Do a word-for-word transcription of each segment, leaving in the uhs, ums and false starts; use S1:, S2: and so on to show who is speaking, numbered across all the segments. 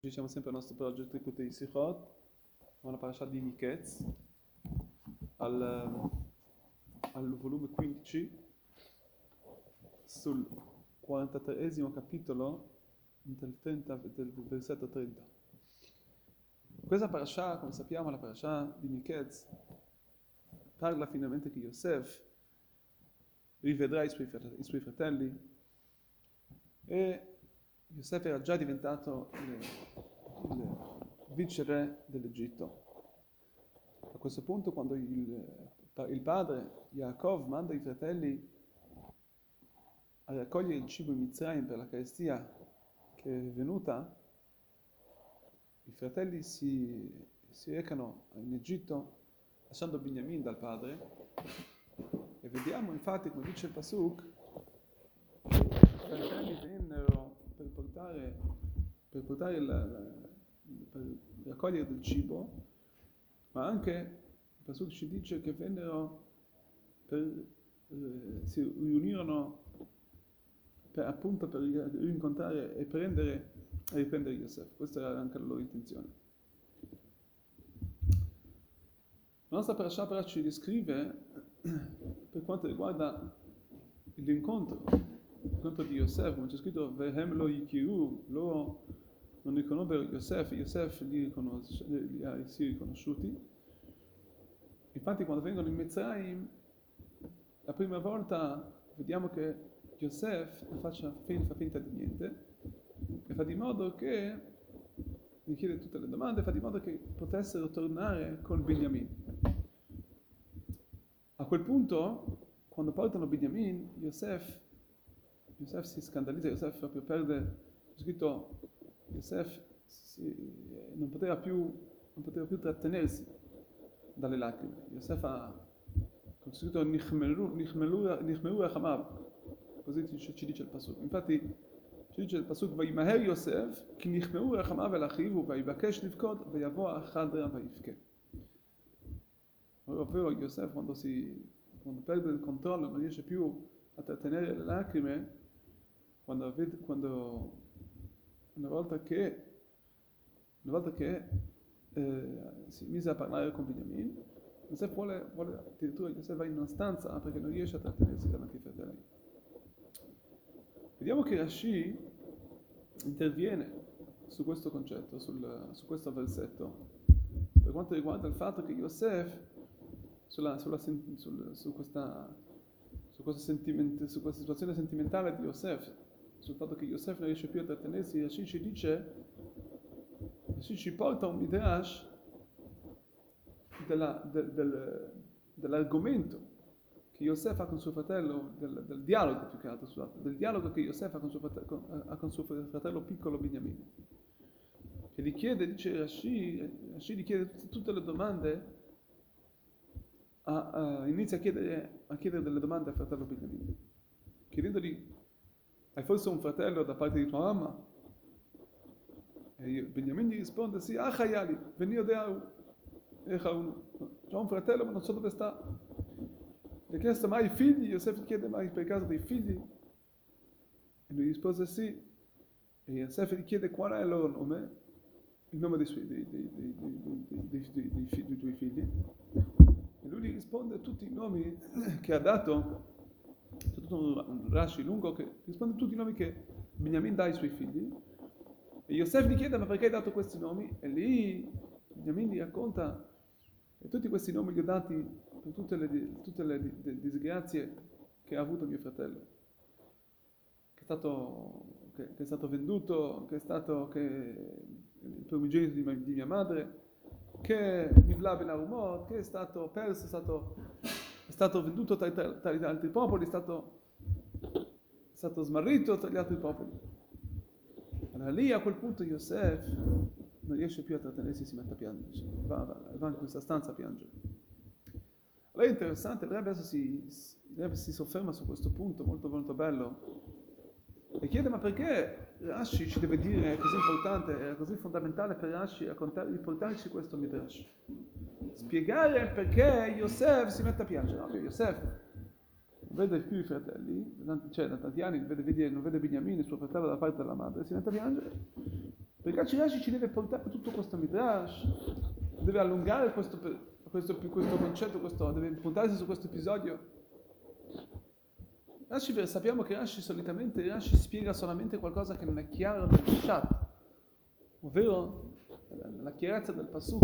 S1: Ci siamo sempre al nostro progetto Likutei Sichot, una parasha di Miketz, al, al volume quindici, sul quarantatreesimo capitolo, del, trenta, del versetto trenta. Questa parasha, come sappiamo, la parasha di Miketz, parla finalmente che Yosef rivedrà i suoi, i suoi fratelli e Yosef era già diventato il, il viceré dell'Egitto. A questo punto, quando il, il padre Yaakov manda i fratelli a raccogliere il cibo in Mitzrayim per la carestia che è venuta, i fratelli si, si recano in Egitto lasciando Binyamin dal padre, e vediamo infatti, come dice il Pasuk, che i fratelli vennero per portare, per portare la, la, per raccogliere del cibo, ma anche il Pasuk ci dice che vennero per, eh, si riunirono per, appunto per rincontrare e prendere e riprendere Yosef. Questa era anche la loro intenzione. La nostra parasha però ci descrive, per quanto riguarda l'incontro, l'incontro di Yosef, come c'è scritto, Vehem lo yikiru, loro non riconobbero Yosef, Yosef li, riconos- li ha sì riconosciuti. Infatti quando vengono in Mitzrayim, la prima volta vediamo che Yosef faccia, fa finta di niente, e fa di modo che gli chiede tutte le domande, fa di modo che potessero tornare con Binyamin. A quel punto, quando portano Binyamin, Yosef, Yosef si scandalizza, Yosef proprio perde, è scritto, Yosef si, non, poteva più, non poteva più trattenersi dalle lacrime. Yosef ha, come scritto, Nichmelu Achamav, così ci dice il Pasuk. Infatti, ci dice il Pasuk, Vayimaher Yosef, ki nichmeu rachamav el achiv, vayibakesh livkot, vayavo achadra vayivke. Ovvero Yosef, quando, si, quando perde il controllo, non riesce più a trattenere le lacrime, quando, quando una volta che, una volta che eh, si mise a parlare con Binyamin, Yosef vuole, vuole addirittura Yosef va in una stanza perché non riesce a trattenersi davanti ai fratelli. Vediamo che Rashi interviene su questo concetto, sul, su questo versetto, per quanto riguarda il fatto che Yosef, sulla, sulla, sul, su, questa, su, questo sentiment, su questa situazione sentimentale di Yosef, sul fatto che Yosef non riesce più a trattenersi, Rashi ci dice, Rashi ci porta un midrash della, del, del, dell'argomento che Yosef ha con suo fratello, del, del dialogo più che altro, scusate, del dialogo che Yosef ha con suo fratello, con, ha con suo fratello piccolo Binyamin. Che gli chiede, dice Rashi, Rashi gli chiede tutte, tutte le domande, a, a, inizia a chiedere, a chiedere delle domande al fratello Binyamin, chiedendogli, hai forse un fratello da parte di tua mamma? E Binyamin gli risponde, sì, ah Chayali, venio deau, c'ho un fratello ma non so dove sta. Gli ha chiesto mai figli? Yosef gli chiede mai per caso dei figli? E lui rispose sì. E Yosef gli chiede qual è il loro nome, il nome dei, suoi, dei, dei, dei, dei, dei, dei, dei, dei, dei tuoi figli. E lui gli risponde tutti i nomi che ha dato, c'è tutto un Rashi lungo che risponde tutti i nomi che Binyamin dà ai suoi figli. E Yosef gli chiede ma perché hai dato questi nomi? E lì Binyamin gli racconta che tutti questi nomi li ho dati per tutte le, tutte le disgrazie che ha avuto mio fratello, che è stato, che, che è stato venduto, che è stato che, il primogenito di, di mia madre, che Nivla ben Arumot, che è stato perso, è stato, è stato venduto tra, tra, tra gli altri popoli, è stato, è stato smarrito tra gli altri popoli. Allora lì a quel punto Yosef non riesce più a trattenersi, si mette a piangere, va, va, va in questa stanza a piangere. Allora è interessante, il Rebbe adesso si, il Rebbe si sofferma su questo punto molto molto bello e chiede ma perché Rashi ci deve dire, è così importante, è così fondamentale per Rashi riportarci questo midrash, spiegare perché Yosef si mette a piangere. No, Yosef non vede più i fratelli, cioè da tanti anni vede, vede, non vede Binyamin, il suo fratello da parte della madre, si mette a piangere Perché Rashi ci deve portare tutto questo midrash, deve allungare questo, questo, questo concetto, questo, deve puntarsi su questo episodio. Rashi, sappiamo che Rashi solitamente Rashi spiega solamente qualcosa che non è chiaro nel chat, ovvero la chiarezza del pasuk.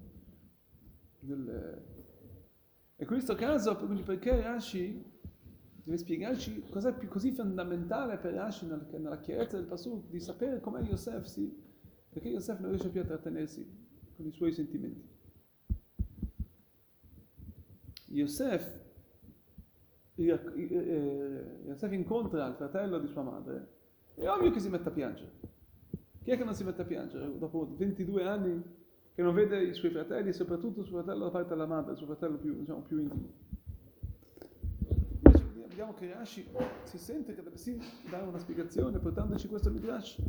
S1: Del... E in questo caso, quindi perché Rashi deve spiegarci cos'è più così fondamentale per Rashi nella chiarezza del pasuk, di sapere com'è Yosef, sì, perché Yosef non riesce più a trattenersi con i suoi sentimenti. Yosef Yosef incontra il fratello di sua madre, è ovvio che si mette a piangere. Chi è che non si mette a piangere dopo ventidue anni che non vede i suoi fratelli e soprattutto il suo fratello da parte della madre, il suo fratello più, diciamo, più intimo? Invece vediamo che Rashi si sente che deve sì dare una spiegazione portandoci questo midrash,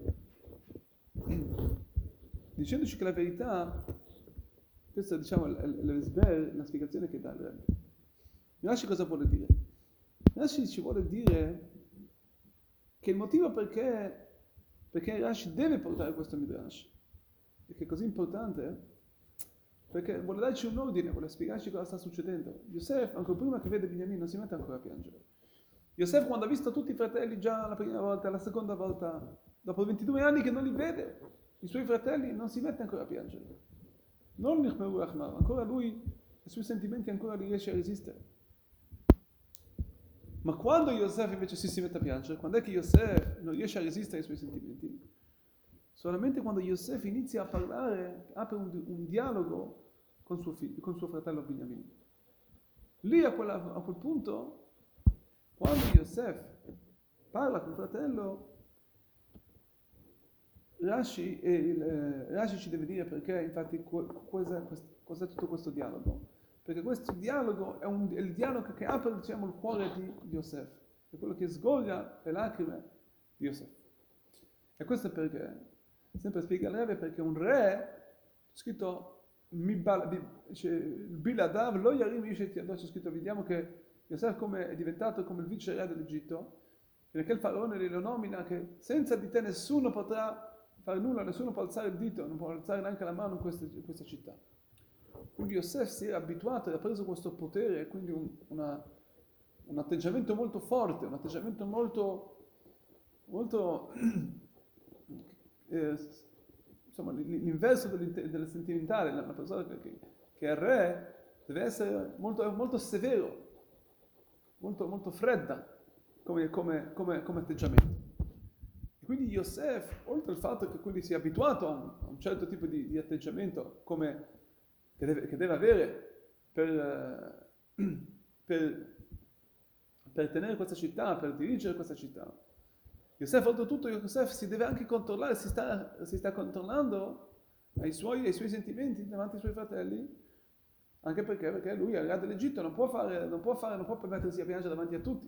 S1: dicendoci che la verità, questa diciamo è l'esber, la spiegazione che dà il Rebbe. Rashi cosa vuole dire? Rashi ci vuole dire che il motivo perché, perché Rashi deve portare questo midrash, e che è così importante, perché vuole darci un ordine, vuole spiegarci cosa sta succedendo. Yosef, ancora prima che vede Binyamin, non si mette ancora a piangere. Yosef, quando ha visto tutti i fratelli già la prima volta, la seconda volta, dopo ventidue anni che non li vede, i suoi fratelli, non si mette ancora a piangere. Non Nichmeru Achmar, ancora lui, i suoi sentimenti ancora li riesce a resistere. Ma quando Yosef invece si, si mette a piangere, quando è che Yosef non riesce a resistere ai suoi sentimenti? Solamente quando Yosef inizia a parlare, apre un, un dialogo con suo, figlio, con suo fratello Binyamin. Lì a, quella, a quel punto, quando Yosef parla con il fratello, Rashi, eh, il, eh, Rashi ci deve dire perché, infatti, cos'è, cos'è tutto questo dialogo. Perché questo dialogo è, un, è il dialogo che apre, diciamo, il cuore di Yosef, è quello che sgorga le lacrime di Yosef. E questo è perché, sempre spiega il Rebbe, perché un re, scritto, il Biladav, lo Yarim Ishet Yado, c'è scritto, vediamo che Yosef come è diventato come il vice re dell'Egitto, perché il faraone lo nomina che senza di te nessuno potrà fare nulla, nessuno può alzare il dito, non può alzare neanche la mano in questa, in questa città. Quindi Yosef si era abituato e ha preso questo potere, quindi un, una, un atteggiamento molto forte, un atteggiamento molto, molto eh, insomma, l'inverso del sentimentale. Una persona che, che è re deve essere molto, molto severo, molto, molto fredda come, come, come, come atteggiamento. E quindi Yosef, oltre al fatto che quindi si è abituato a un, a un certo tipo di, di atteggiamento come Che deve, che deve avere per, per, per tenere questa città, per dirigere questa città. Yosef, oltretutto, Yosef si deve anche controllare, si sta, si sta controllando ai suoi, ai suoi sentimenti davanti ai suoi fratelli, anche perché, perché lui è il re dell'Egitto, non può fare, non può fare, non può permettersi a piangere davanti a tutti.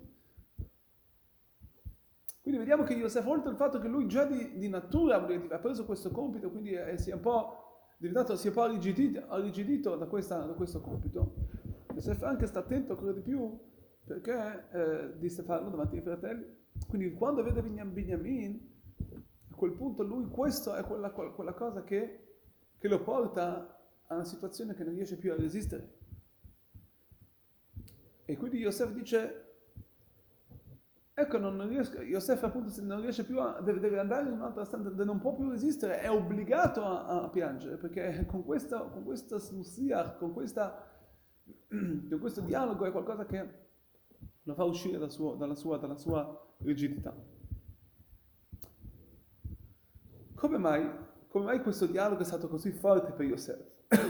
S1: Quindi vediamo che Yosef, oltre al fatto che lui già di, di natura ha preso questo compito, quindi è, si è un po' diventato, si è un po' arrigidito, arrigidito da, questa, da questo compito, Yosef anche sta attento ancora di più perché eh, disse farlo davanti ai fratelli. Quindi quando vede Binyamin, a quel punto lui, questo è quella, quella cosa che, che lo porta a una situazione che non riesce più a resistere. E quindi Yosef dice, ecco, non riesco, Yosef appunto non riesce più a, deve, deve andare in un'altra stanza, non può più resistere, è obbligato a, a piangere, perché con questa, con questa smussia, con, questa, con questo dialogo è qualcosa che lo fa uscire dal suo, dalla, sua, dalla sua rigidità. Come mai, come mai questo dialogo è stato così forte per Yosef?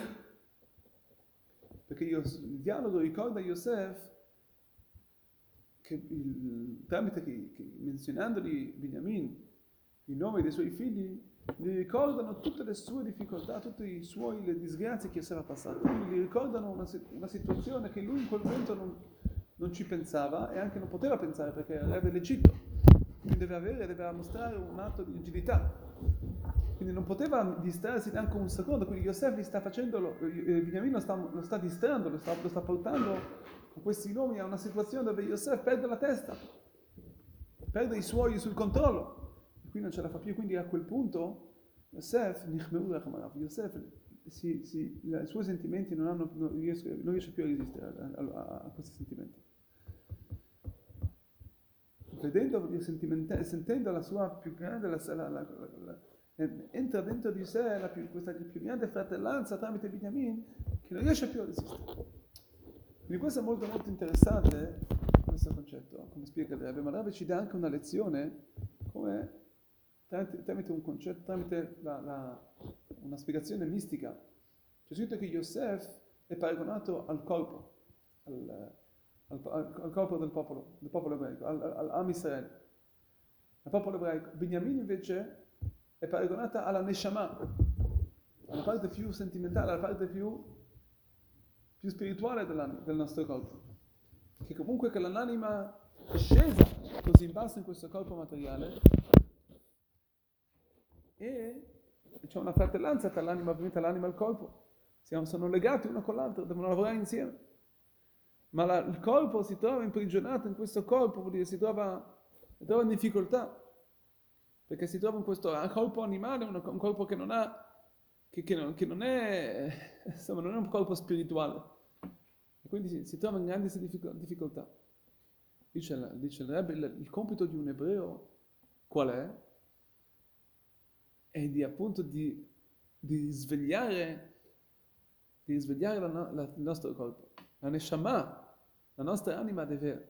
S1: Perché il dialogo ricorda a Yosef che il, tramite che, che menzionandogli Binyamin, i nomi dei suoi figli, gli ricordano tutte le sue difficoltà, tutte i suoi, le disgrazie che Yosef ha passato. Quindi gli ricordano una, una situazione che lui in quel momento non, non ci pensava e anche non poteva pensare perché era re dell'Egitto. Quindi deve avere, deve mostrare un atto di rigidità. Quindi non poteva distrarsi neanche un secondo. Quindi Yosef gli sta facendo, Binyamin lo sta, lo sta distrando, lo sta, lo sta portando con questi nomi a una situazione dove Yosef perde la testa, perde i suoi sul controllo, e qui non ce la fa più. Quindi a quel punto Yosef, Nichmeu Rachmanav, Yosef, si, si, i suoi sentimenti non, hanno, non, riesce, non riesce più a resistere a, a, a, a questi sentimenti. Vedendo, sentendo la sua più grande, la, la, la, la, entra dentro di sé la più, questa più grande fratellanza tramite Binyamin, che non riesce più a resistere. Quindi questo è molto molto interessante, questo concetto, come spiega il Rebbe, ma il Rebbe ci dà anche una lezione come tramite, tramite un concetto, tramite la, la, una spiegazione mistica. C'è scritto che Yosef è paragonato al corpo, al, al, al, al corpo del popolo, del popolo ebraico, al, al, al Am Israel, al popolo ebraico. Binyamin invece è paragonata alla Neshama, alla parte più sentimentale, alla parte più, più spirituale del nostro corpo, che comunque che l'anima è scesa così in basso in questo corpo materiale e c'è una fratellanza tra l'anima, ovviamente l'anima e il corpo, Siamo, sono legati uno con l'altro, devono lavorare insieme, ma la, il corpo si trova imprigionato in questo corpo, vuol dire si trova, si trova in difficoltà, perché si trova in questo corpo animale, un, un corpo che non ha, che, che, non, che non è, insomma, non è un corpo spirituale, e quindi si, si trova in grandi difficoltà. Dice, dice il Rebbe, il, il compito di un ebreo qual è? È di appunto di, di svegliare, di risvegliare la, la, il nostro corpo. La Neshama, la nostra anima deve,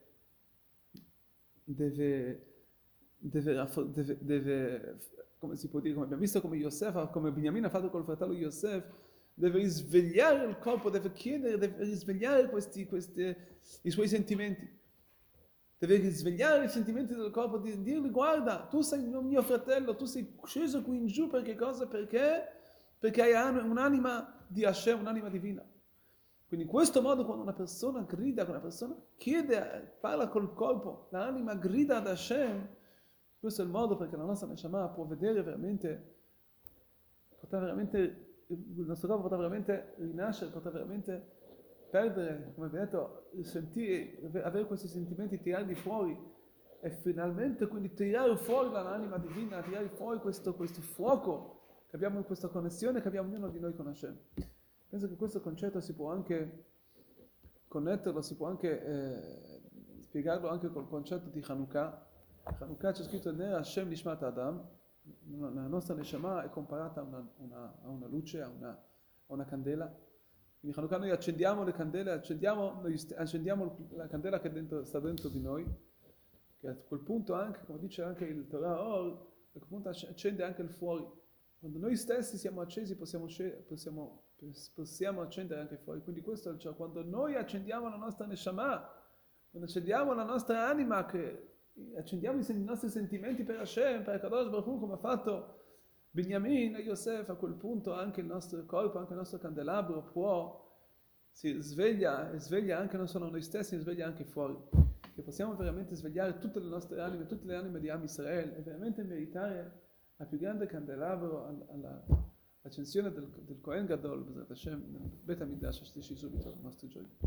S1: deve, deve, deve, deve come si può dire, come abbiamo visto come Yosef, come Binyamin ha fatto col fratello Yosef, deve risvegliare il corpo, deve chiedere, deve risvegliare questi, questi, i suoi sentimenti. Deve risvegliare i sentimenti del corpo, di dirgli guarda, tu sei il mio fratello, tu sei sceso qui in giù perché cosa? Perché? Perché hai un'anima di Hashem, un'anima divina. Quindi in questo modo quando una persona grida, quando una persona chiede, parla col corpo, l'anima grida ad Hashem, questo è il modo perché la nostra Neshama può vedere veramente, potrà veramente, il nostro corpo potrà veramente rinascere, potrà veramente perdere, come abbiamo detto, sentire, avere questi sentimenti, tirarli fuori e finalmente quindi tirare fuori l'anima divina, tirare fuori questo, questo fuoco che abbiamo in questa connessione che abbiamo ognuno di noi con Hashem. Penso che questo concetto si può anche connetterlo, si può anche eh, spiegarlo anche col concetto di Hanukkah. Hanukkah c'è scritto Ner Hashem Nishmat Adam, la nostra Neshama è comparata a una, una, a una luce, a una, a una candela. Quindi Hanukkah noi accendiamo le candele, accendiamo, noi st- accendiamo la candela che dentro, sta dentro di noi, che a quel punto anche, come dice anche il Torah, oh, a quel punto accende anche il fuori. Quando noi stessi siamo accesi possiamo, possiamo, possiamo accendere anche il fuori. Quindi questo, cioè, quando noi accendiamo la nostra Neshama, quando accendiamo la nostra anima, che accendiamo i, i nostri sentimenti per Hashem, per Kadosh Baruch Hu, come ha fatto Binyamin e Yosef, a quel punto anche il nostro corpo, anche il nostro candelabro può, si sveglia e sveglia anche non solo noi stessi, sveglia anche fuori. Che possiamo veramente svegliare tutte le nostre anime, tutte le anime di Am Israel e veramente meritare la più grande candelabro all'accensione del, del Kohen Gadol, Bezrat Hashem, nel Bet HaMikdash, subito ai nostri giorni.